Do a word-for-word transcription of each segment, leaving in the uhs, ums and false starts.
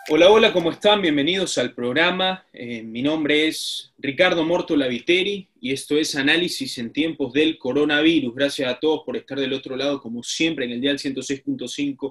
Hola, hola, ¿cómo están? Bienvenidos al programa. Eh, mi nombre es Ricardo Mortola Viteri y esto es Análisis en tiempos del coronavirus. Gracias a todos por estar del otro lado, como siempre, en el dial ciento seis punto cinco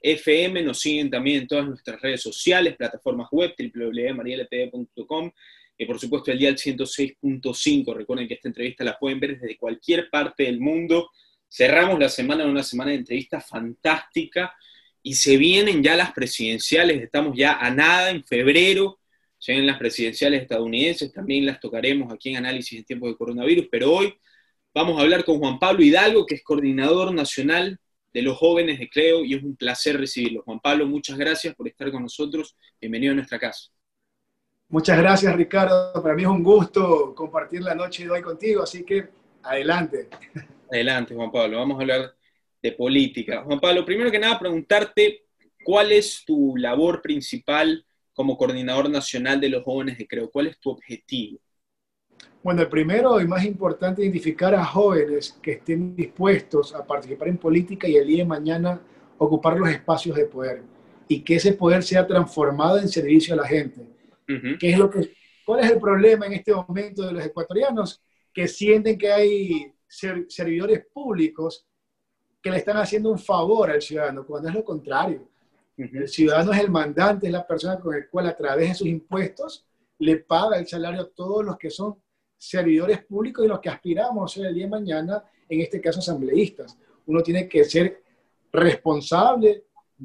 F M. Nos siguen también en todas nuestras redes sociales, plataformas web, doble u doble u doble u punto mariela t v punto com y por supuesto el dial ciento seis punto cinco. Recuerden que esta entrevista la pueden ver desde cualquier parte del mundo. Cerramos la semana en una semana de entrevistas fantástica. Y se vienen ya las presidenciales, estamos ya a nada, en febrero, se vienen las presidenciales estadounidenses, también las tocaremos aquí en Análisis en tiempos de coronavirus, pero hoy vamos a hablar con Juan Pablo Hidalgo, que es coordinador nacional de los jóvenes de Creo, y es un placer recibirlo. Juan Pablo, muchas gracias por estar con nosotros, bienvenido a nuestra casa. Muchas gracias, Ricardo, para mí es un gusto compartir la noche de hoy contigo, así que adelante. Adelante, Juan Pablo, vamos a hablar de política. Juan Pablo, primero que nada, preguntarte cuál es tu labor principal como coordinador nacional de los jóvenes de Creo. ¿Cuál es tu objetivo? Bueno, el primero y más importante es identificar a jóvenes que estén dispuestos a participar en política y el día de mañana ocupar los espacios de poder y que ese poder sea transformado en servicio a la gente. Uh-huh. ¿Qué es lo que, ¿Cuál es el problema en este momento de los ecuatorianos? Que sienten que hay servidores públicos que le están haciendo un favor al ciudadano, cuando es lo contrario. Uh-huh. El ciudadano es el mandante, es la persona con la cual a través de sus impuestos le paga el salario a todos los que son servidores públicos y los que aspiramos a ser el día de mañana, en este caso asambleístas. Uno tiene que ser responsable,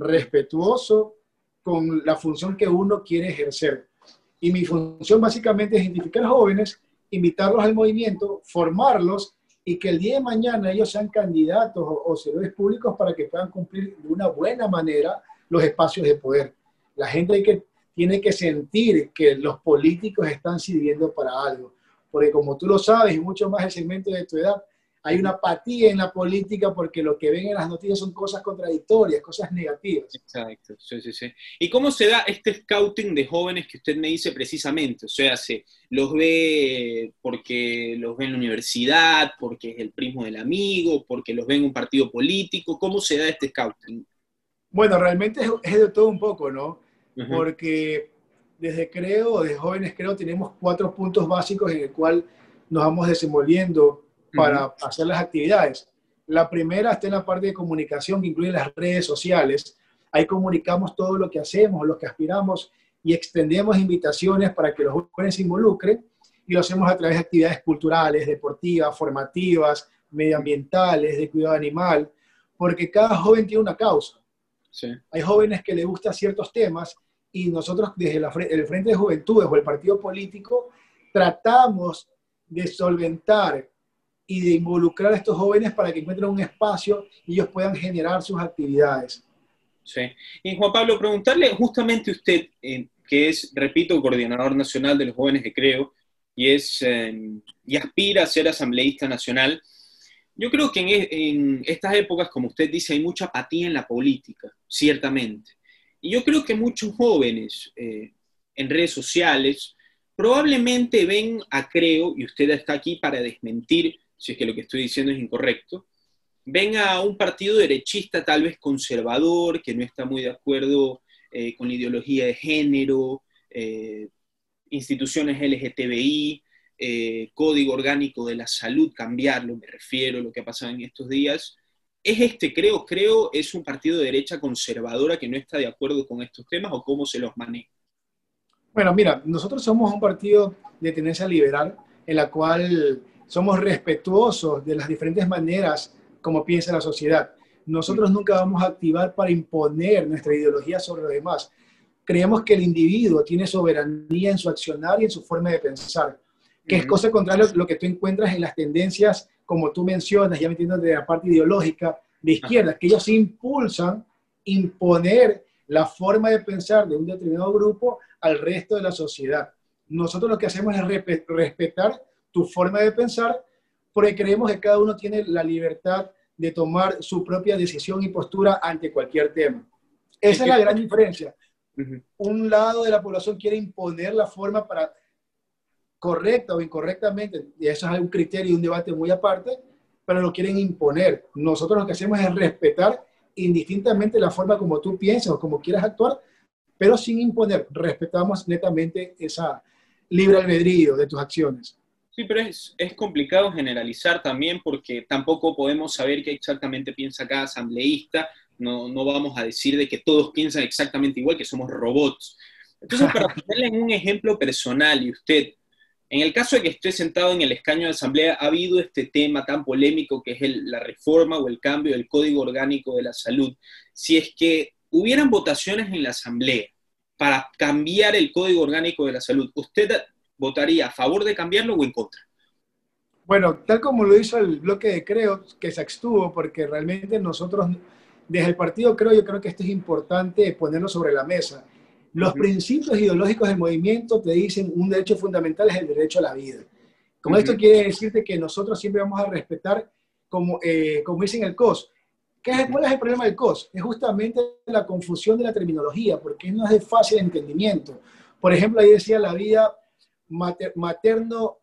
respetuoso con la función que uno quiere ejercer. Y mi función básicamente es identificar jóvenes, invitarlos al movimiento, formarlos, y que el día de mañana ellos sean candidatos o, o servidores públicos para que puedan cumplir de una buena manera los espacios de poder. La gente hay que, tiene que sentir que los políticos están sirviendo para algo, porque como tú lo sabes, y mucho más el segmento de tu edad, hay una apatía en la política porque lo que ven en las noticias son cosas contradictorias, cosas negativas. Exacto, sí, sí, sí. ¿Y cómo se da este scouting de jóvenes que usted me dice precisamente? O sea, ¿se los ve porque los ve en la universidad, porque es el primo del amigo, porque los ve en un partido político? ¿Cómo se da este scouting? Bueno, realmente es, es de todo un poco, ¿no? Uh-huh. Porque desde Creo, desde Jóvenes Creo, tenemos cuatro puntos básicos en el cual nos vamos desenvolviendo para uh-huh. hacer las actividades. La primera está en la parte de comunicación, que incluye las redes sociales. Ahí comunicamos todo lo que hacemos, lo que aspiramos, y extendemos invitaciones para que los jóvenes se involucren, y lo hacemos a través de actividades culturales, deportivas, formativas, medioambientales, de cuidado animal, porque cada joven tiene una causa. Sí. Hay jóvenes que les gustan ciertos temas, y nosotros desde la, el Frente de Juventudes o el partido político tratamos de solventar y de involucrar a estos jóvenes para que encuentren un espacio y ellos puedan generar sus actividades. Sí. Y Juan Pablo, preguntarle justamente a usted, eh, que es, repito, coordinador nacional de los jóvenes de Creo, y, es, eh, y aspira a ser asambleísta nacional. Yo creo que en, en estas épocas, como usted dice, hay mucha apatía en la política, ciertamente. Y yo creo que muchos jóvenes eh, en redes sociales probablemente ven a Creo, y usted está aquí para desmentir si es que lo que estoy diciendo es incorrecto, ven a un partido derechista tal vez conservador, que no está muy de acuerdo eh, con la ideología de género, eh, instituciones L G T B I, eh, código orgánico de la salud, cambiarlo, me refiero a lo que ha pasado en estos días. ¿Es este, creo, creo, es un partido de derecha conservadora que no está de acuerdo con estos temas o cómo se los maneja? Bueno, mira, nosotros somos un partido de tendencia liberal en la cual somos respetuosos de las diferentes maneras como piensa la sociedad. Nosotros nunca vamos a activar para imponer nuestra ideología sobre los demás. Creemos que el individuo tiene soberanía en su accionar y en su forma de pensar, que uh-huh. es cosa contraria a lo que tú encuentras en las tendencias, como tú mencionas, ya metiendo de la parte ideológica de izquierda, uh-huh. que ellos impulsan imponer la forma de pensar de un determinado grupo al resto de la sociedad. Nosotros lo que hacemos es respetar tu forma de pensar, porque creemos que cada uno tiene la libertad de tomar su propia decisión y postura ante cualquier tema. Esa es la gran diferencia. Uh-huh. Un lado de la población quiere imponer la forma para correcta o incorrectamente, y eso es un criterio y un debate muy aparte, pero lo quieren imponer. Nosotros lo que hacemos es respetar indistintamente la forma como tú piensas o como quieras actuar, pero sin imponer. Respetamos netamente esa libre albedrío de tus acciones. Sí, pero es, es complicado generalizar también porque tampoco podemos saber qué exactamente piensa cada asambleísta. No, no vamos a decir de que todos piensan exactamente igual, que somos robots. Entonces, para ponerle en un ejemplo personal, y usted, en el caso de que esté sentado en el escaño de asamblea, ha habido este tema tan polémico que es el, la reforma o el cambio del Código Orgánico de la Salud. Si es que hubieran votaciones en la asamblea para cambiar el Código Orgánico de la Salud, ¿usted votaría a favor de cambiarlo o en contra? Bueno, tal como lo hizo el bloque de Creo, que se abstuvo, porque realmente nosotros, desde el partido Creo, yo creo que esto es importante ponerlo sobre la mesa. Los Uh-huh. principios ideológicos del movimiento te dicen un derecho fundamental es el derecho a la vida. Como Uh-huh. esto quiere decirte que nosotros siempre vamos a respetar, como, eh, como dicen el C O S. ¿Qué es, ¿Cuál es el problema del C O S? Es justamente la confusión de la terminología, porque no es de fácil entendimiento. Por ejemplo, ahí decía la vida mater, materno,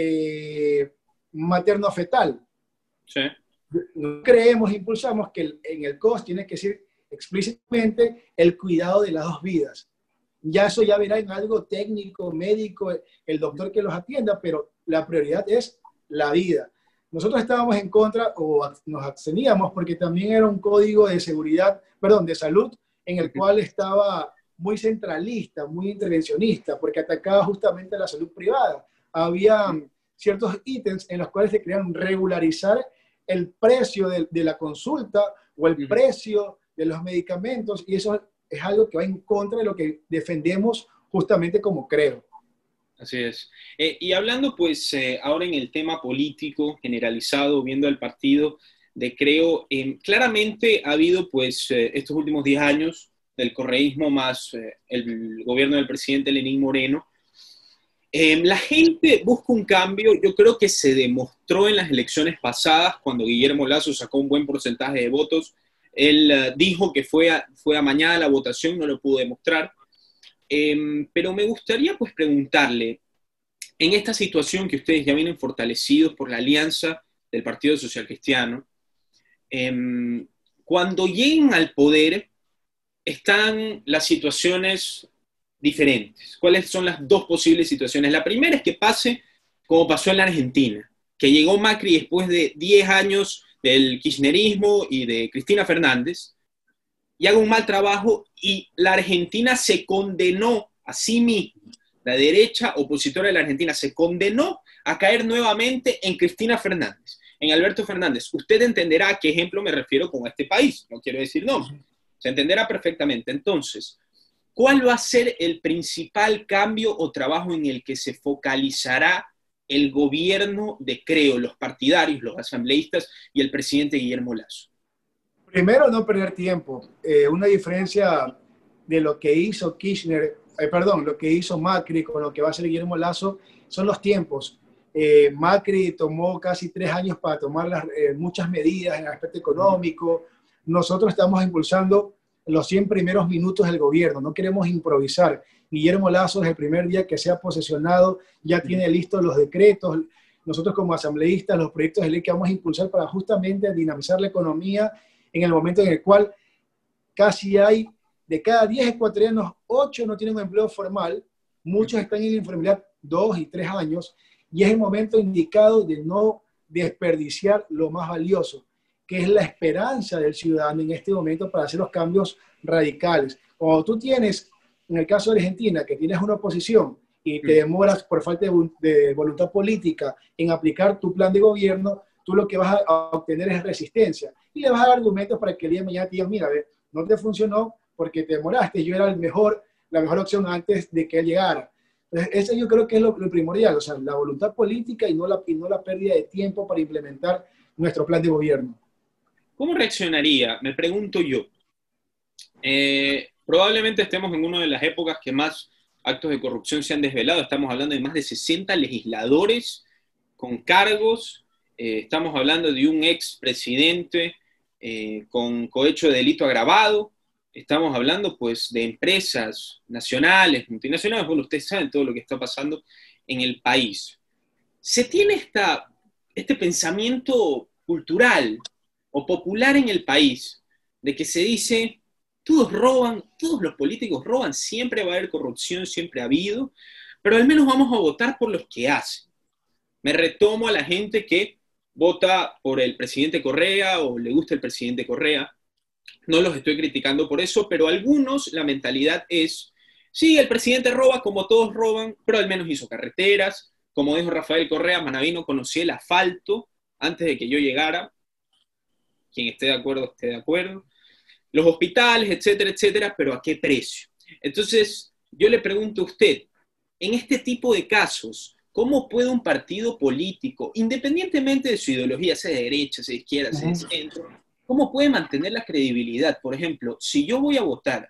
eh, materno-fetal. Sí. No creemos, impulsamos que el, en el C O S tiene que decir explícitamente el cuidado de las dos vidas. Ya eso ya verá en algo técnico, médico, el doctor que los atienda, pero la prioridad es la vida. Nosotros estábamos en contra o nos absteníamos porque también era un código de seguridad, perdón, de salud, en el cual estaba muy centralista, muy intervencionista, porque atacaba justamente la salud privada. Había ciertos ítems en los cuales se querían regularizar el precio de, de la consulta o el precio de los medicamentos, y eso es algo que va en contra de lo que defendemos justamente como Creo. Así es. Eh, y hablando pues eh, ahora en el tema político generalizado, viendo el partido de Creo, eh, claramente ha habido pues eh, estos últimos diez años del correísmo más eh, el gobierno del presidente Lenín Moreno. Eh, la gente busca un cambio, yo creo que se demostró en las elecciones pasadas, cuando Guillermo Lasso sacó un buen porcentaje de votos. Él uh, dijo que fue, a, fue amañada la votación, no lo pudo demostrar. Eh, pero me gustaría pues preguntarle, en esta situación que ustedes ya vienen fortalecidos por la alianza del Partido Social Cristiano, eh, cuando lleguen al poder, están las situaciones diferentes. ¿Cuáles son las dos posibles situaciones? La primera es que pase como pasó en la Argentina, que llegó Macri después de diez años del kirchnerismo y de Cristina Fernández, y haga un mal trabajo, y la Argentina se condenó a sí misma. La derecha opositora de la Argentina se condenó a caer nuevamente en Cristina Fernández, en Alberto Fernández. Usted entenderá a qué ejemplo me refiero con este país, no quiero decir nombre, se entenderá perfectamente. Entonces, ¿cuál va a ser el principal cambio o trabajo en el que se focalizará el gobierno de Creo, los partidarios, los asambleístas y el presidente Guillermo Lasso? Primero, no perder tiempo. Eh, una diferencia de lo que hizo Kirchner, eh, perdón, lo que hizo Macri con lo que va a hacer Guillermo Lasso son los tiempos. Eh, Macri tomó casi tres años para tomar las, eh, muchas medidas en el aspecto económico. Nosotros estamos impulsando los cien primeros minutos del gobierno, no queremos improvisar. Guillermo Lasso, desde el primer día que se ha posesionado, ya tiene listos los decretos. Nosotros como asambleístas, los proyectos de ley que vamos a impulsar para justamente dinamizar la economía en el momento en el cual casi hay, de cada diez ecuatorianos, ocho no tienen un empleo formal, muchos están en informalidad dos y tres años, y es el momento indicado de no desperdiciar lo más valioso, que es la esperanza del ciudadano en este momento para hacer los cambios radicales. Cuando tú tienes, en el caso de Argentina, que tienes una oposición y te demoras por falta de, de voluntad política en aplicar tu plan de gobierno, tú lo que vas a obtener es resistencia. Y le vas a dar argumentos para que el día de mañana te digan, mira, ve, no te funcionó porque te demoraste, yo era el mejor, la mejor opción antes de que él llegara. Entonces, ese yo creo que es lo, lo primordial, o sea, la voluntad política y no, la, y no la pérdida de tiempo para implementar nuestro plan de gobierno. ¿Cómo reaccionaría? Me pregunto yo. Eh, probablemente estemos en una de las épocas que más actos de corrupción se han desvelado. Estamos hablando de más de sesenta legisladores con cargos. Eh, estamos hablando de un expresidente eh, con cohecho de delito agravado. Estamos hablando pues de empresas nacionales, multinacionales. Bueno, ustedes saben todo lo que está pasando en el país. Se tiene esta, este pensamiento cultural o popular en el país de que se dice todos roban, todos los políticos roban, siempre va a haber corrupción, siempre ha habido, pero al menos vamos a votar por los que hacen. Me retomo a la gente que vota por el presidente Correa o le gusta el presidente Correa. No los estoy criticando por eso, pero algunos la mentalidad es, sí, el presidente roba como todos roban, pero al menos hizo carreteras. Como dijo Rafael Correa, Manaví no conocía el asfalto antes de que yo llegara. Quien esté de acuerdo, esté de acuerdo. Los hospitales, etcétera, etcétera, pero ¿a qué precio? Entonces, yo le pregunto a usted, en este tipo de casos, ¿cómo puede un partido político, independientemente de su ideología, sea de derecha, sea de izquierda, sea de centro, cómo puede mantener la credibilidad? Por ejemplo, si yo voy a votar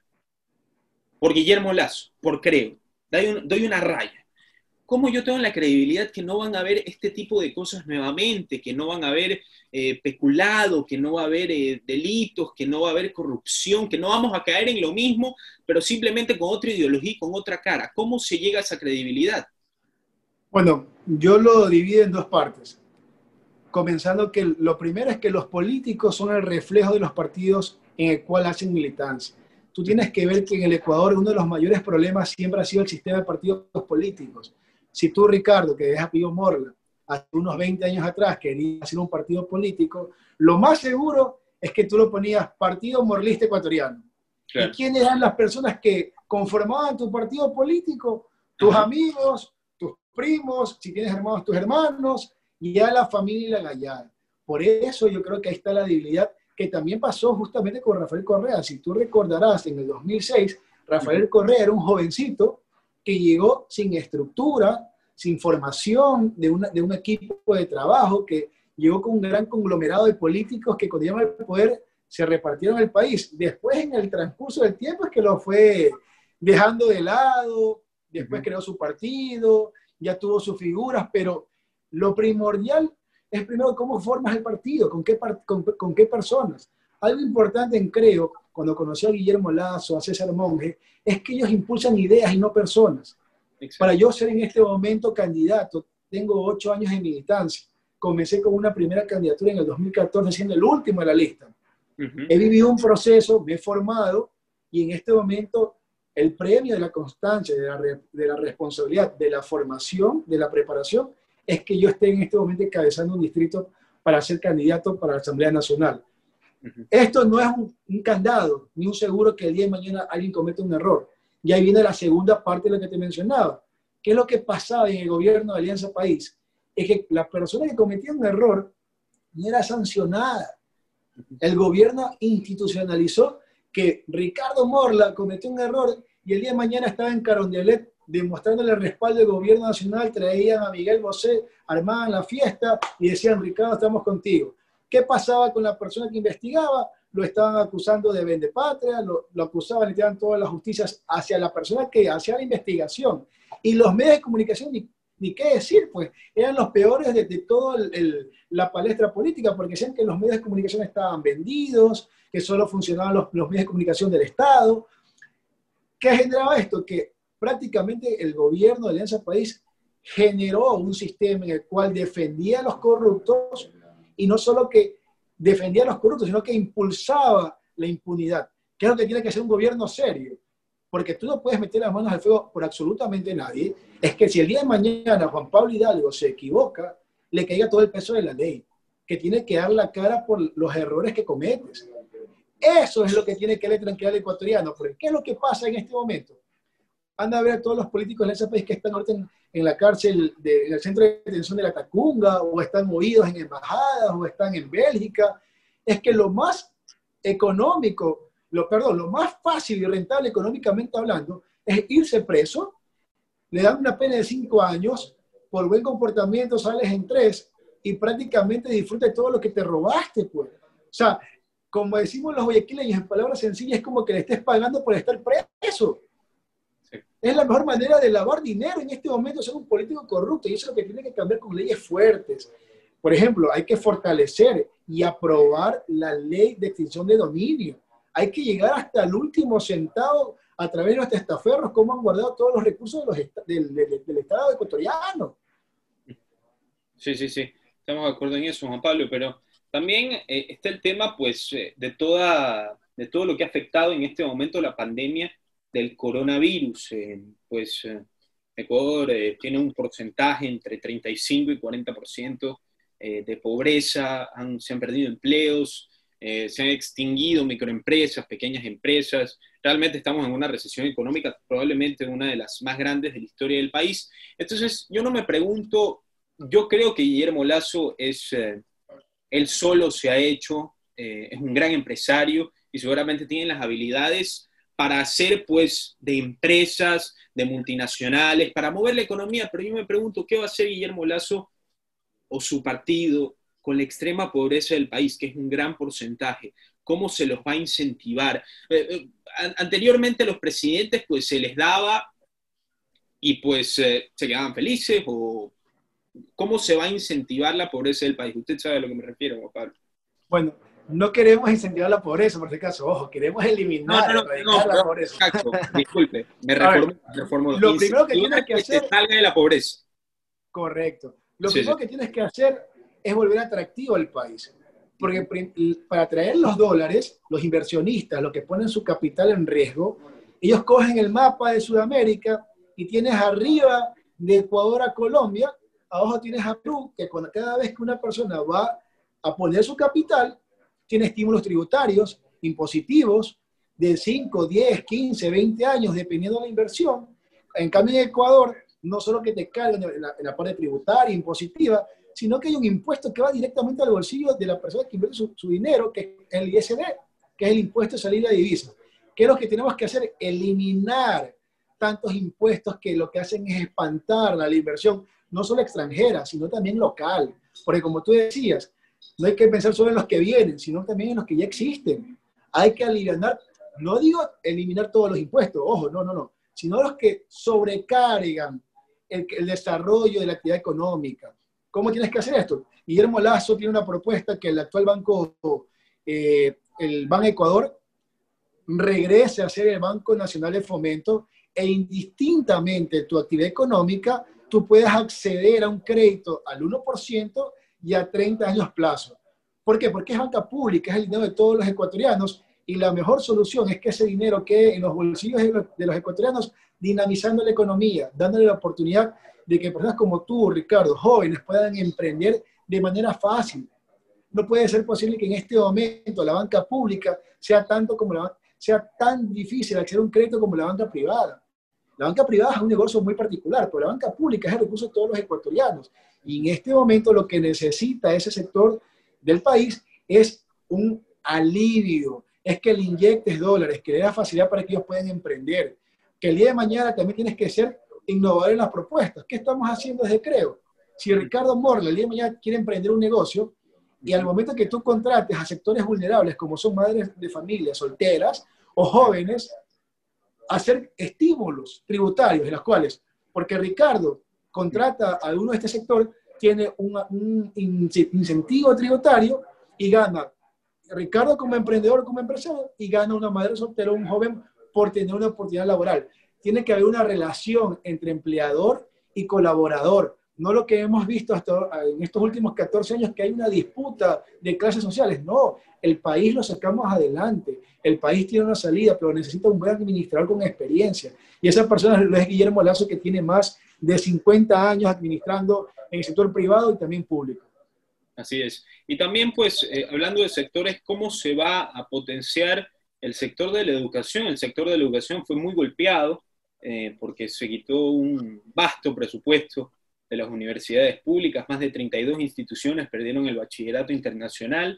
por Guillermo Lasso, por Creo, doy, un, doy una raya, ¿cómo yo tengo la credibilidad que no van a haber este tipo de cosas nuevamente, que no van a haber eh, peculado, que no va a haber eh, delitos, que no va a haber corrupción, que no vamos a caer en lo mismo, pero simplemente con otra ideología y con otra cara? ¿Cómo se llega a esa credibilidad? Bueno, yo lo divido en dos partes. Comenzando que lo primero es que los políticos son el reflejo de los partidos en el cual hacen militancia. Tú tienes que ver que en el Ecuador uno de los mayores problemas siempre ha sido el sistema de partidos políticos. Si tú, Ricardo, que es apellido Morla, hace unos veinte años atrás querías hacer un partido político, lo más seguro es que tú lo ponías Partido Morlista Ecuatoriano. Claro. ¿Y quiénes eran las personas que conformaban tu partido político? Tus Ajá. amigos, tus primos, si tienes hermanos, tus hermanos, y ya la familia y la gallada. Por eso yo creo que ahí está la debilidad que también pasó justamente con Rafael Correa. Si tú recordarás, en el dos mil seis, Rafael Correa era un jovencito que llegó sin estructura, sin formación, de, una, de un equipo de trabajo, que llegó con un gran conglomerado de políticos que cuando llegaron al poder se repartieron el país. Después, en el transcurso del tiempo, es que lo fue dejando de lado, después creó su partido, ya tuvo sus figuras, pero lo primordial es primero cómo formas el partido, con qué, con, con qué personas. Algo importante en Creo, cuando conocí a Guillermo Lasso, a César Monge, es que ellos impulsan ideas y no personas. Exacto. Para yo ser en este momento candidato, tengo ocho años de militancia. Comencé con una primera candidatura en el dos mil catorce, siendo el último de la lista. Uh-huh. He vivido un proceso, me he formado, y en este momento el premio de la constancia, de la, re, de la responsabilidad, de la formación, de la preparación, es que yo esté en este momento encabezando un distrito para ser candidato para la Asamblea Nacional. Uh-huh. Esto no es un, un candado, ni un seguro que el día de mañana alguien cometa un error. Y ahí viene la segunda parte de lo que te mencionaba. ¿Qué es lo que pasaba en el gobierno de Alianza País? Es que la persona que cometía un error no era sancionada. El gobierno institucionalizó que Ricardo Morla cometió un error y el día de mañana estaba en Carondelet demostrándole el respaldo del gobierno nacional, traían a Miguel Bosé, armaban la fiesta y decían, Ricardo, estamos contigo. ¿Qué pasaba con la persona que investigaba? Lo estaban acusando de vendepatria, lo, lo acusaban y tiraban todas las justicias hacia la persona que hacía la investigación. Y los medios de comunicación, ni, ni qué decir, pues, eran los peores de, de toda la palestra política, porque decían que los medios de comunicación estaban vendidos, que solo funcionaban los, los medios de comunicación del Estado. ¿Qué generaba esto? Que prácticamente el gobierno de Alianza País generó un sistema en el cual defendía a los corruptos, y no solo que defendía a los corruptos, sino que impulsaba la impunidad, que es lo que tiene que hacer un gobierno serio, porque tú no puedes meter las manos al fuego por absolutamente nadie. Es que si el día de mañana Juan Pablo Hidalgo se equivoca, le caiga todo el peso de la ley, que tiene que dar la cara por los errores que cometes. Eso es lo que tiene que darle tranquilidad al ecuatoriano, porque ¿qué es lo que pasa en este momento? Anda a ver a todos los políticos de ese país que están ahorita en, en la cárcel, de, en el centro de detención de la Tacunga, o están movidos en embajadas, o están en Bélgica. Es que lo más económico, lo, perdón, lo más fácil y rentable económicamente hablando, es irse preso, le dan una pena de cinco años, por buen comportamiento sales en tres, y prácticamente disfrutas de todo lo que te robaste, pues. O sea, como decimos los guayaquileños en palabras sencillas, es como que le estés pagando por estar preso. Es la mejor manera de lavar dinero en este momento, ser un político corrupto, y eso es lo que tiene que cambiar con leyes fuertes. Por ejemplo, hay que fortalecer y aprobar la ley de extinción de dominio. Hay que llegar hasta el último centavo a través de los testaferros, cómo han guardado todos los recursos de los est del, del, del Estado ecuatoriano. Sí, sí, sí, estamos de acuerdo en eso, Juan Pablo, pero también eh, está el tema, pues, eh, de toda de todo lo que ha afectado en este momento la pandemia del coronavirus. Eh, pues eh, Ecuador eh, tiene un porcentaje entre treinta y cinco y cuarenta por ciento eh, de pobreza, han, se han perdido empleos, eh, se han extinguido microempresas, pequeñas empresas. Realmente estamos en una recesión económica, probablemente una de las más grandes de la historia del país. Entonces, yo no me pregunto, yo creo que Guillermo Lasso es, eh, él solo se ha hecho, eh, es un gran empresario y seguramente tiene las habilidades para hacer, pues, de empresas, de multinacionales, para mover la economía, pero yo me pregunto, ¿qué va a hacer Guillermo Lasso o su partido con la extrema pobreza del país, que es un gran porcentaje? ¿Cómo se los va a incentivar? Eh, eh, anteriormente los presidentes, pues, se les daba y, pues, eh, se quedaban felices, o ¿cómo se va a incentivar la pobreza del país? Usted sabe a lo que me refiero, Juan Pablo. Bueno, no queremos incentivar la pobreza, por si acaso, ojo, queremos eliminar, no, no, no, erradicar no, la no, pobreza. exacto, disculpe, me A ver, reformo, me reformo. lo primero que tienes que que se hacer, salga de la pobreza. correcto, lo Sí, sí. primero que tienes que hacer es volver atractivo al país, porque para atraer los dólares, los inversionistas, los que ponen su capital en riesgo, ellos cogen el mapa de Sudamérica y tienes arriba de Ecuador a Colombia, abajo tienes a Perú, que cuando, cada vez que una persona va a poner su capital, tiene estímulos tributarios, impositivos, de cinco, diez, quince, veinte años, dependiendo de la inversión. En cambio, en Ecuador, no solo que te cargan en la, en la parte tributaria, impositiva, sino que hay un impuesto que va directamente al bolsillo de la persona que invierte su, su dinero, que es el I S D, que es el impuesto de salida de divisa. ¿Qué es lo que tenemos que hacer? Eliminar tantos impuestos que lo que hacen es espantar la inversión, no solo extranjera, sino también local. Porque como tú decías, no hay que pensar solo en los que vienen, sino también en los que ya existen. Hay que aliviar, no digo eliminar todos los impuestos, ojo, no, no, no, sino los que sobrecargan el, el desarrollo de la actividad económica. ¿Cómo tienes que hacer esto? Guillermo Lasso tiene una propuesta que el actual banco, eh, el Ban Ecuador, regrese a ser el Banco Nacional de Fomento e indistintamente tu actividad económica, tú puedes acceder a un crédito al uno por ciento y a treinta años plazo. ¿Por qué? Porque es banca pública, es el dinero de todos los ecuatorianos y la mejor solución es que ese dinero quede en los bolsillos de los, de los ecuatorianos, dinamizando la economía, dándole la oportunidad de que personas como tú, Ricardo, jóvenes, puedan emprender de manera fácil. No puede ser posible que en este momento la banca pública sea tanto como la, sea tan difícil acceder a un crédito como la banca privada. La banca privada es un negocio muy particular, pero la banca pública es el recurso de todos los ecuatorianos. Y en este momento lo que necesita ese sector del país es un alivio, es que le inyectes dólares, que le da facilidad para que ellos puedan emprender. Que el día de mañana también tienes que ser innovador en las propuestas. ¿Qué estamos haciendo desde Creo? Si Ricardo Morla el día de mañana quiere emprender un negocio y al momento que tú contrates a sectores vulnerables como son madres de familia, solteras o jóvenes, hacer estímulos tributarios en los cuales, porque Ricardo contrata a uno de este sector, tiene una, un incentivo tributario y gana Ricardo como emprendedor, como empresario, y gana una madre soltera, un joven, por tener una oportunidad laboral. Tiene que haber una relación entre empleador y colaborador. No lo que hemos visto hasta en estos últimos catorce años, que hay una disputa de clases sociales. No, el país lo sacamos adelante. El país tiene una salida, pero necesita un buen administrador con experiencia. Y esa persona lo es Guillermo Lasso, que tiene más de cincuenta años administrando en el sector privado y también público. Así es. Y también, pues, eh, hablando de sectores, ¿cómo se va a potenciar el sector de la educación? El sector de la educación fue muy golpeado eh, porque se quitó un vasto presupuesto de las universidades públicas. Más de treinta y dos instituciones perdieron el bachillerato internacional.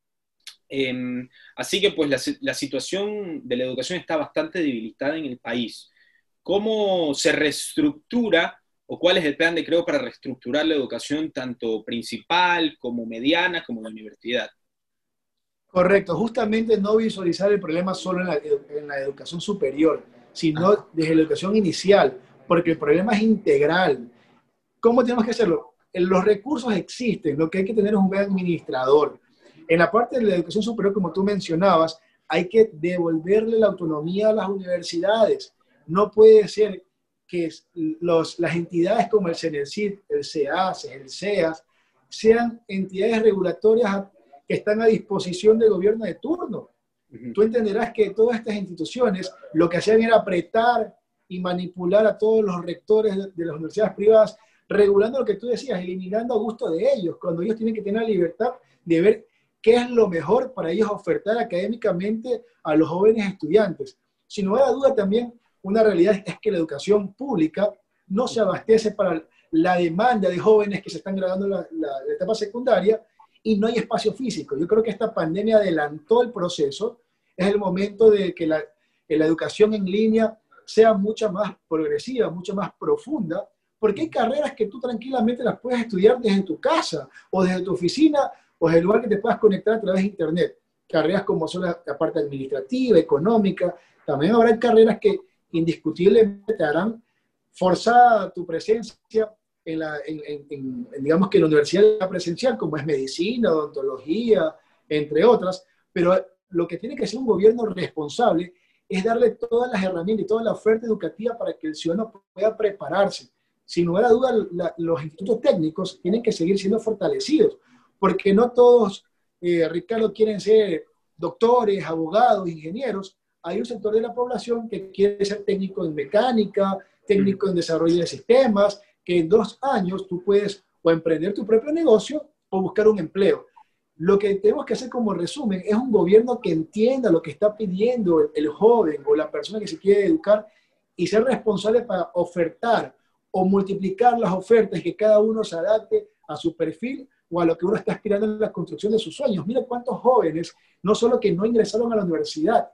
Eh, así que, pues, la, la situación de la educación está bastante debilitada en el país. ¿Cómo se reestructura o cuál es el plan de Creo para reestructurar la educación tanto principal como mediana como la universidad? Correcto, justamente no visualizar el problema solo en la, en la educación superior, sino Ajá. desde la educación inicial, porque el problema es integral. ¿Cómo tenemos que hacerlo? Los recursos existen, lo que hay que tener es un buen administrador. En la parte de la educación superior, como tú mencionabas, hay que devolverle la autonomía a las universidades. No puede ser que los, las entidades como el CENESID, el CEACES, el CEAS, sean entidades regulatorias que están a disposición del gobierno de turno. Uh-huh. Tú entenderás que todas estas instituciones lo que hacían era apretar y manipular a todos los rectores de, de las universidades privadas, regulando lo que tú decías, eliminando a gusto de ellos, cuando ellos tienen que tener la libertad de ver qué es lo mejor para ellos ofertar académicamente a los jóvenes estudiantes. Sin lugar a duda también una realidad es que la educación pública no se abastece para la demanda de jóvenes que se están graduando en la, la, la etapa secundaria y no hay espacio físico. Yo creo que esta pandemia adelantó el proceso. Es el momento de que la, que la educación en línea sea mucho más progresiva, mucho más profunda, porque hay carreras que tú tranquilamente las puedes estudiar desde tu casa o desde tu oficina o desde el lugar que te puedas conectar a través de internet. Carreras como son la, la parte administrativa, económica. También habrá carreras que indiscutiblemente te harán forzada tu presencia en la, en, en, en, digamos que en la universidad presencial, como es medicina, odontología, entre otras, pero lo que tiene que ser un gobierno responsable es darle todas las herramientas y toda la oferta educativa para que el ciudadano pueda prepararse. Sin lugar a dudas, la, los institutos técnicos tienen que seguir siendo fortalecidos, porque no todos, eh, Ricardo, quieren ser doctores, abogados, ingenieros. Hay un sector de la población que quiere ser técnico en mecánica, técnico en desarrollo de sistemas, que en dos años tú puedes o emprender tu propio negocio o buscar un empleo. Lo que tenemos que hacer como resumen es un gobierno que entienda lo que está pidiendo el, el joven o la persona que se quiere educar y ser responsable para ofertar o multiplicar las ofertas y que cada uno se adapte a su perfil o a lo que uno está aspirando en la construcción de sus sueños. Mira cuántos jóvenes, no solo que no ingresaron a la universidad,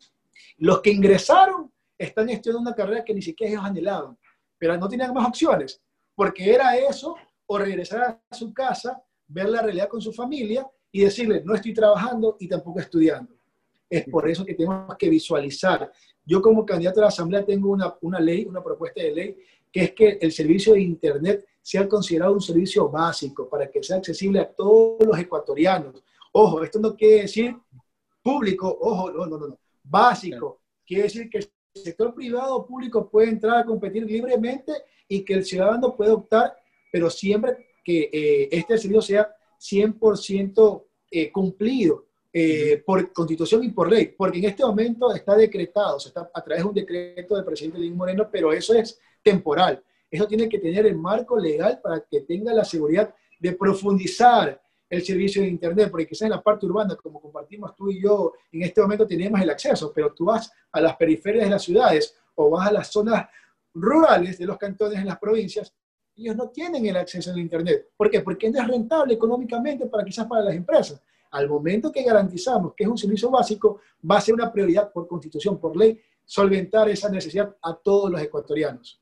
los que ingresaron están estudiando una carrera que ni siquiera ellos anhelaban, pero no tenían más opciones, porque era eso o regresar a su casa, ver la realidad con su familia y decirle, no estoy trabajando y tampoco estudiando. Es por eso que tenemos que visualizar. Yo como candidato a la Asamblea tengo una, una ley, una propuesta de ley, que es que el servicio de Internet sea considerado un servicio básico para que sea accesible a todos los ecuatorianos. Ojo, esto no quiere decir público, ojo, no, no, no, no. Básico. Quiere decir que el sector privado o público puede entrar a competir libremente y que el ciudadano puede optar, pero siempre que eh, este servicio sea cien por ciento eh, cumplido eh, por constitución y por ley, porque en este momento está decretado, o sea, está a través de un decreto del presidente Lenín Moreno, pero eso es temporal. Eso tiene que tener el marco legal para que tenga la seguridad de profundizar el servicio de Internet, porque quizás en la parte urbana, como compartimos tú y yo, en este momento tenemos el acceso, pero tú vas a las periferias de las ciudades o vas a las zonas rurales de los cantones en las provincias, ellos no tienen el acceso al Internet. ¿Por qué? Porque no es rentable económicamente para quizás para las empresas. Al momento que garantizamos que es un servicio básico, va a ser una prioridad por constitución, por ley, solventar esa necesidad a todos los ecuatorianos.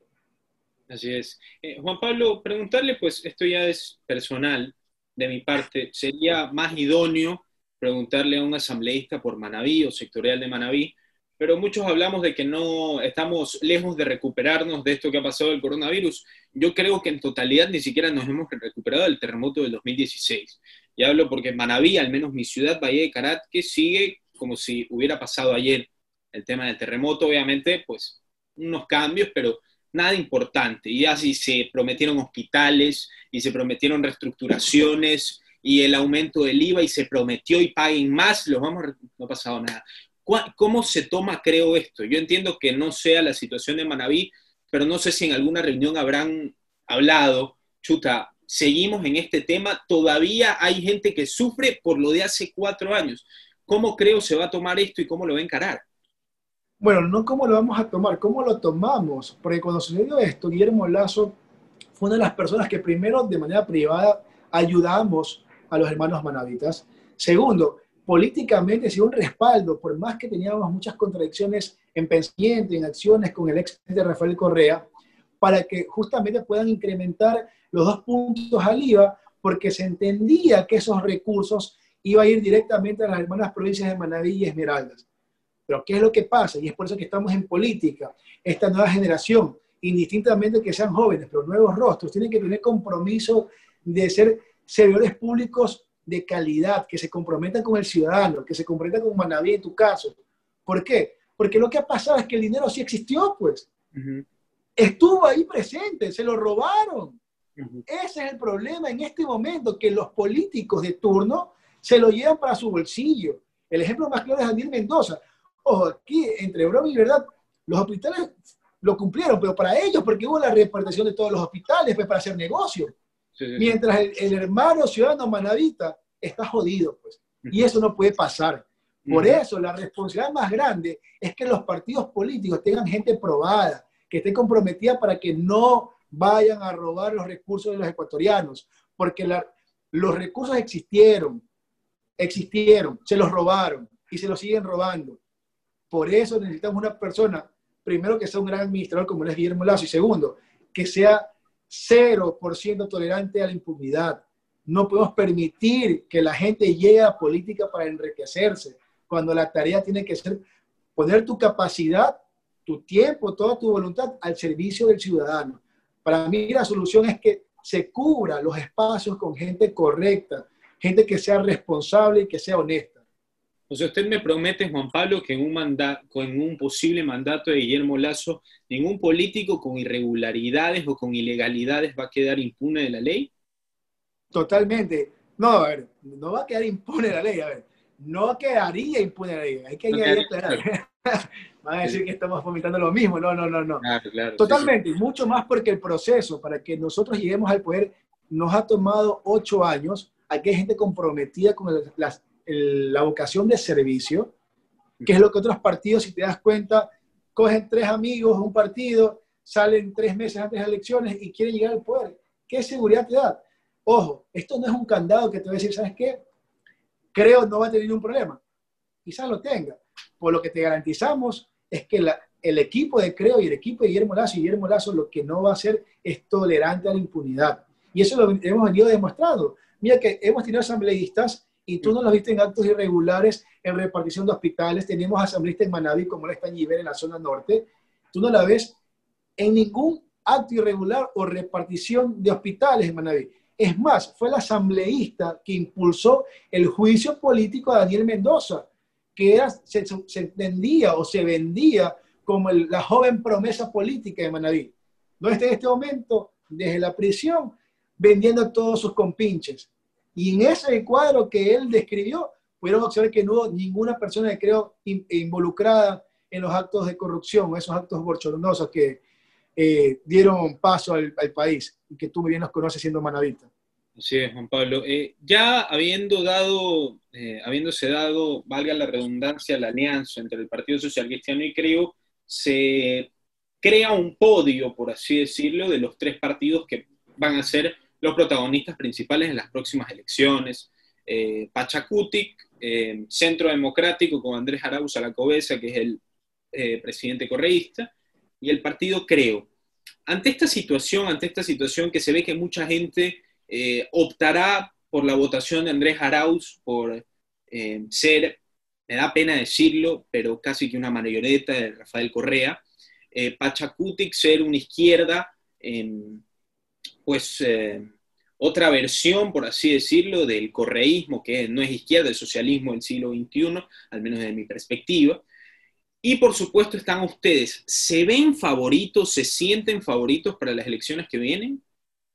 Así es. Eh, Juan Pablo, preguntarle, pues esto ya es personal de mi parte, sería más idóneo preguntarle a un asambleísta por Manabí o sectorial de Manabí, pero muchos hablamos de que no estamos lejos de recuperarnos de esto que ha pasado del coronavirus. Yo creo que en totalidad ni siquiera nos hemos recuperado del terremoto del dos mil dieciséis. Y hablo porque en Manabí, al menos mi ciudad, Valle de Caratque, sigue como si hubiera pasado ayer el tema del terremoto. Obviamente, pues, unos cambios, pero nada importante. Y así se prometieron hospitales y se prometieron reestructuraciones y el aumento del I V A y se prometió y paguen más, los vamos a... no ha pasado nada. ¿Cómo se toma, creo, esto? Yo entiendo que no sea la situación de Manabí, pero no sé si en alguna reunión habrán hablado, chuta, seguimos en este tema, todavía hay gente que sufre por lo de hace cuatro años. ¿Cómo creo se va a tomar esto y cómo lo va a encarar? Bueno, no cómo lo vamos a tomar, cómo lo tomamos, porque cuando sucedió esto, Guillermo Lasso fue una de las personas que primero, de manera privada, ayudamos a los hermanos manavitas. Segundo, políticamente sí un respaldo, por más que teníamos muchas contradicciones en pensamiento, en acciones con el ex de Rafael Correa, para que justamente puedan incrementar los dos puntos al I V A, porque se entendía que esos recursos iban a ir directamente a las hermanas provincias de Manabí y Esmeraldas. Pero ¿qué es lo que pasa? Y es por eso que estamos en política. Esta nueva generación, indistintamente que sean jóvenes, pero nuevos rostros, tienen que tener compromiso de ser servidores públicos de calidad, que se comprometan con el ciudadano, que se comprometan con Manabí en tu caso. ¿Por qué? Porque lo que ha pasado es que el dinero sí existió, pues. Uh-huh. Estuvo ahí presente, se lo robaron. Uh-huh. Ese es el problema en este momento, que los políticos de turno se lo llevan para su bolsillo. El ejemplo más claro es Daniel Mendoza. Ojo, aquí, entre broma y verdad, los hospitales lo cumplieron, pero para ellos, porque hubo la repartición de todos los hospitales, pues para hacer negocio. Sí, sí, Mientras el, el hermano ciudadano manavita está jodido, pues. Y eso no puede pasar. Por eso la responsabilidad más grande es que los partidos políticos tengan gente probada, que esté comprometida para que no vayan a robar los recursos de los ecuatorianos, porque la, los recursos existieron, existieron, se los robaron y se los siguen robando. Por eso necesitamos una persona, primero que sea un gran administrador como es Guillermo Lasso, y segundo, que sea cero por ciento tolerante a la impunidad. No podemos permitir que la gente llegue a política para enriquecerse, cuando la tarea tiene que ser poner tu capacidad, tu tiempo, toda tu voluntad al servicio del ciudadano. Para mí la solución es que se cubra los espacios con gente correcta, gente que sea responsable y que sea honesta. O sea, usted me promete, Juan Pablo, que en un, mandato, en un posible mandato de Guillermo Lasso, ningún político con irregularidades o con ilegalidades va a quedar impune de la ley. Totalmente. No, a ver, no va a quedar impune de la ley, a ver. No quedaría impune la ley, hay que añadir no aclarar. Van a decir sí. que estamos fomentando lo mismo, no, no, no, no. Claro, claro, Totalmente, sí, sí. mucho más porque el proceso para que nosotros lleguemos al poder nos ha tomado ocho años. Aquí hay gente comprometida con el, la, el, la vocación de servicio, que es lo que otros partidos, si te das cuenta, cogen tres amigos, un partido, salen tres meses antes de las elecciones y quieren llegar al poder. ¿Qué seguridad te da? Ojo, esto no es un candado que te va a decir, ¿sabes qué? Creo no va a tener ningún problema. Quizás lo tenga. Por lo que te garantizamos es que la, el equipo de Creo y el equipo de Guillermo Lasso y Guillermo Lasso lo que no va a hacer es tolerante a la impunidad. Y eso lo hemos venido demostrando. Mira que hemos tenido asambleístas y tú no los viste en actos irregulares, en repartición de hospitales. Tenemos asambleístas en Manaví, como la está en Iber, en la zona norte. Tú no la ves en ningún acto irregular o repartición de hospitales en Manaví. Es más, fue el asambleísta que impulsó el juicio político a Daniel Mendoza, que era, se, se entendía o se vendía como el, la joven promesa política de Manaví. No está en este momento, desde la prisión, vendiendo todos sus compinches. Y en ese cuadro que él describió, pudieron observar que no hubo ninguna persona que creo involucrada en los actos de corrupción, esos actos bochornosos que eh, dieron paso al, al país, y que tú bien los conoces siendo manavita. Así es, Juan Pablo. Eh, ya habiendo dado, eh, habiéndose dado, valga la redundancia, la alianza entre el Partido Social Cristiano y Creo, se crea un podio, por así decirlo, de los tres partidos que van a ser los protagonistas principales en las próximas elecciones. Eh, Pachacutic, eh, Centro Democrático con Andrés Arauz a la cabeza, que es el eh, presidente correísta, y el partido Creo. Ante esta situación, ante esta situación que se ve que mucha gente eh, optará por la votación de Andrés Arauz, por eh, ser, me da pena decirlo, pero casi que una marioneta de Rafael Correa, eh, Pachacutic ser una izquierda, eh, pues eh, otra versión, por así decirlo, del correísmo, que no es izquierda, el socialismo del siglo veintiuno, al menos desde mi perspectiva. Y por supuesto están ustedes. ¿Se ven favoritos, se sienten favoritos para las elecciones que vienen?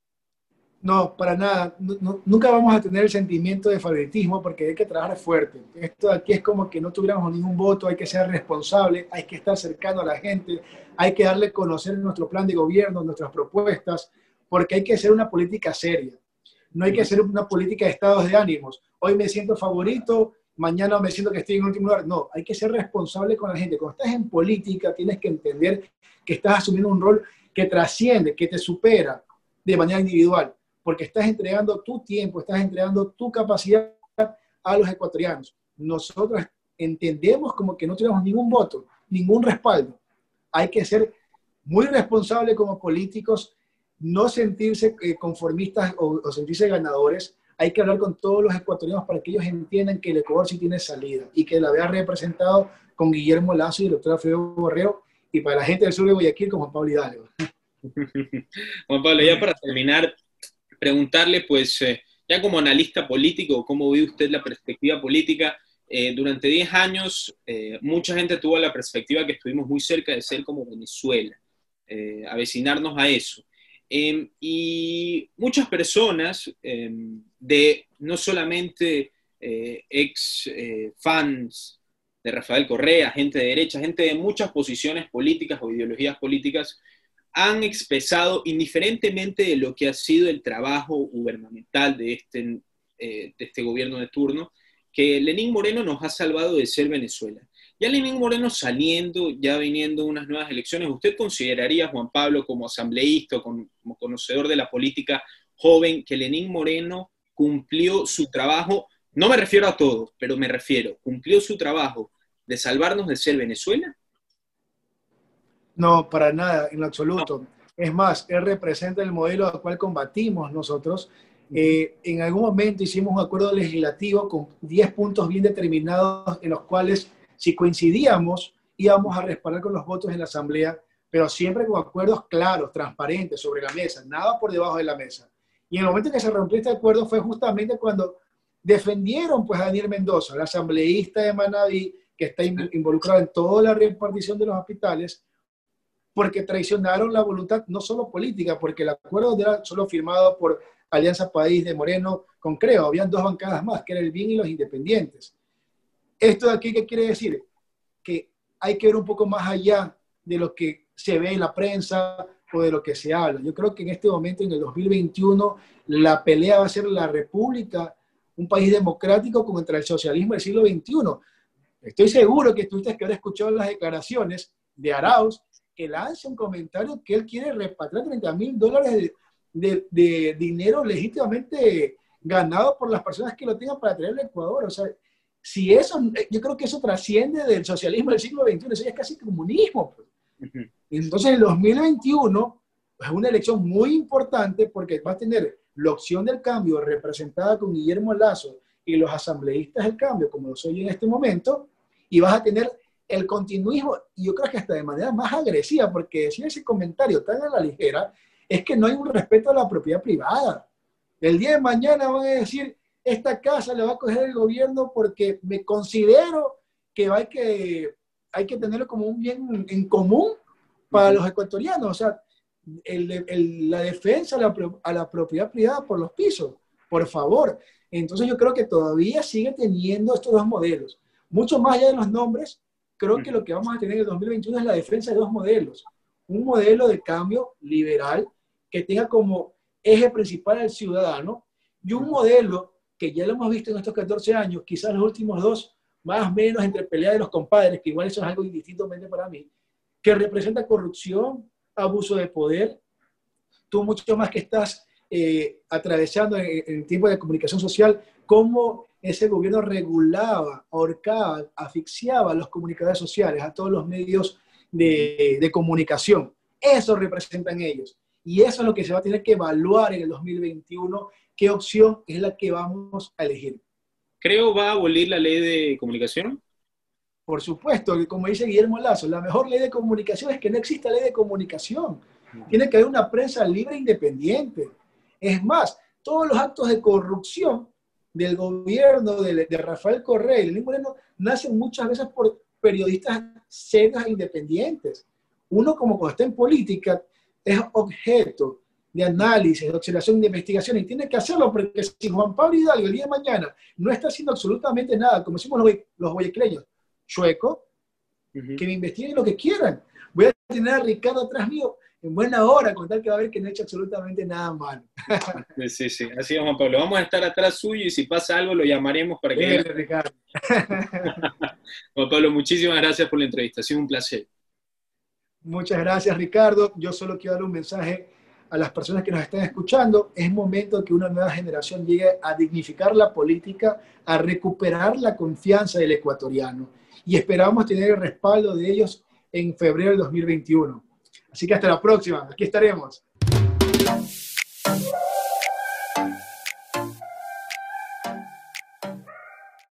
No, para nada. No, no, nunca vamos a tener el sentimiento de favoritismo porque hay que trabajar fuerte. Esto aquí es como que no tuviéramos ningún voto, hay que ser responsable, hay que estar cercano a la gente, hay que darle a conocer nuestro plan de gobierno, nuestras propuestas, porque hay que hacer una política seria. No hay que hacer una política de estados de ánimos. Hoy me siento favorito, mañana me siento que estoy en último lugar. No, hay que ser responsable con la gente. Cuando estás en política tienes que entender que estás asumiendo un rol que trasciende, que te supera de manera individual, porque estás entregando tu tiempo, estás entregando tu capacidad a los ecuatorianos. Nosotros entendemos como que no tenemos ningún voto, ningún respaldo. Hay que ser muy responsable como políticos, no sentirse conformistas o, o sentirse ganadores. Hay que hablar con todos los ecuatorianos para que ellos entiendan que el Ecuador sí tiene salida y que la vea representado con Guillermo Lasso y el doctor Alfredo Borrero, y para la gente del sur de Guayaquil con Juan Pablo Hidalgo. Juan Pablo, ya para terminar, preguntarle, pues, eh, ya como analista político, ¿cómo ve usted la perspectiva política? Eh, durante diez años, eh, mucha gente tuvo la perspectiva que estuvimos muy cerca de ser como Venezuela, eh, avecinarnos a eso. Eh, y muchas personas, eh, de no solamente eh, ex eh, fans de Rafael Correa, gente de derecha, gente de muchas posiciones políticas o ideologías políticas, han expresado, indiferentemente de lo que ha sido el trabajo gubernamental de este, eh, de este gobierno de turno, que Lenín Moreno nos ha salvado de ser Venezuela. Ya Lenín Moreno saliendo, ya viniendo unas nuevas elecciones, ¿usted consideraría, Juan Pablo, como asambleísta, como, como conocedor de la política joven, que Lenín Moreno cumplió su trabajo? No me refiero a todo, pero me refiero, ¿cumplió su trabajo de salvarnos de ser Venezuela? No, para nada, en lo absoluto. No. Es más, él representa el modelo al cual combatimos nosotros. Eh, en algún momento hicimos un acuerdo legislativo con diez puntos bien determinados en los cuales, si coincidíamos, íbamos a respaldar con los votos en la Asamblea, pero siempre con acuerdos claros, transparentes, sobre la mesa, nada por debajo de la mesa. Y en el momento en que se rompió este acuerdo fue justamente cuando defendieron pues, a Daniel Mendoza, el asambleísta de Manabí, que está involucrado en toda la repartición de los hospitales, porque traicionaron la voluntad no solo política, porque el acuerdo era solo firmado por Alianza País de Moreno con Creo, habían dos bancadas más, que era el B I N y los independientes. ¿Esto de aquí qué quiere decir? Que hay que ver un poco más allá de lo que se ve en la prensa o de lo que se habla. Yo creo que en este momento, en el dos mil veintiuno, la pelea va a ser la república, un país democrático contra el socialismo del siglo veintiuno. Estoy seguro que tuviste que haber escuchado las declaraciones de Arauz, que lanza un comentario que él quiere repatriar treinta mil dólares de, de, de dinero legítimamente ganado por las personas que lo tengan para traerlo a Ecuador. O sea, si eso, yo creo que eso trasciende del socialismo del siglo veintiuno, eso ya es casi comunismo. Pues. Uh-huh. Entonces, el dos mil veintiuno es una elección muy importante porque va a tener la opción del cambio representada con Guillermo Lazo y los asambleístas del cambio, como lo soy en este momento, y vas a tener el continuismo, y yo creo que hasta de manera más agresiva, porque decir ese comentario tan a la ligera, es que no hay un respeto a la propiedad privada. El día de mañana van a decir, esta casa la va a coger el gobierno porque me considero que hay que, hay que tenerlo como un bien en común para los ecuatorianos. O sea, el, el, la defensa a la, a la propiedad privada por los pisos, por favor. Entonces yo creo que todavía sigue teniendo estos dos modelos. Mucho más allá de los nombres, creo que lo que vamos a tener en el dos mil veintiuno es la defensa de dos modelos. Un modelo de cambio liberal que tenga como eje principal al ciudadano y un modelo que ya lo hemos visto en estos catorce años, quizás los últimos dos, más o menos entre pelea de los compadres, que igual eso es algo indistintamente para mí, que representa corrupción, abuso de poder. Tú mucho más que estás eh, atravesando en, en tiempo de comunicación social, cómo ese gobierno regulaba, ahorcaba, asfixiaba a los comunicadores sociales, a todos los medios de, de comunicación. Eso representan ellos. Y eso es lo que se va a tener que evaluar en el dos mil veintiuno, qué opción es la que vamos a elegir. Creo va a abolir la ley de comunicación. Por supuesto, como dice Guillermo Lazo, la mejor ley de comunicación es que no exista ley de comunicación. Tiene que haber una prensa libre e independiente. Es más, todos los actos de corrupción del gobierno de, de Rafael Correa y Lenín Moreno nacen muchas veces por periodistas serios e independientes. Uno, como cuando está en política, es objeto de análisis, de observación, de investigación, y tiene que hacerlo porque si Juan Pablo Hidalgo el día de mañana no está haciendo absolutamente nada, como decimos los, los guayaquileños, chueco, uh-huh. que me investiguen lo que quieran. Voy a tener a Ricardo atrás mío en buena hora, con tal que va a ver que no he hecho absolutamente nada mal. Sí, sí, así es, Juan Pablo. Vamos a estar atrás suyo y si pasa algo lo llamaremos para que... Dele, Ricardo. Juan Pablo, muchísimas gracias por la entrevista, ha sido un placer. Muchas gracias, Ricardo. Yo solo quiero dar un mensaje a las personas que nos están escuchando. Es momento que una nueva generación llegue a dignificar la política, a recuperar la confianza del ecuatoriano. Y esperamos tener el respaldo de ellos en febrero del dos mil veintiuno. Así que hasta la próxima. Aquí estaremos.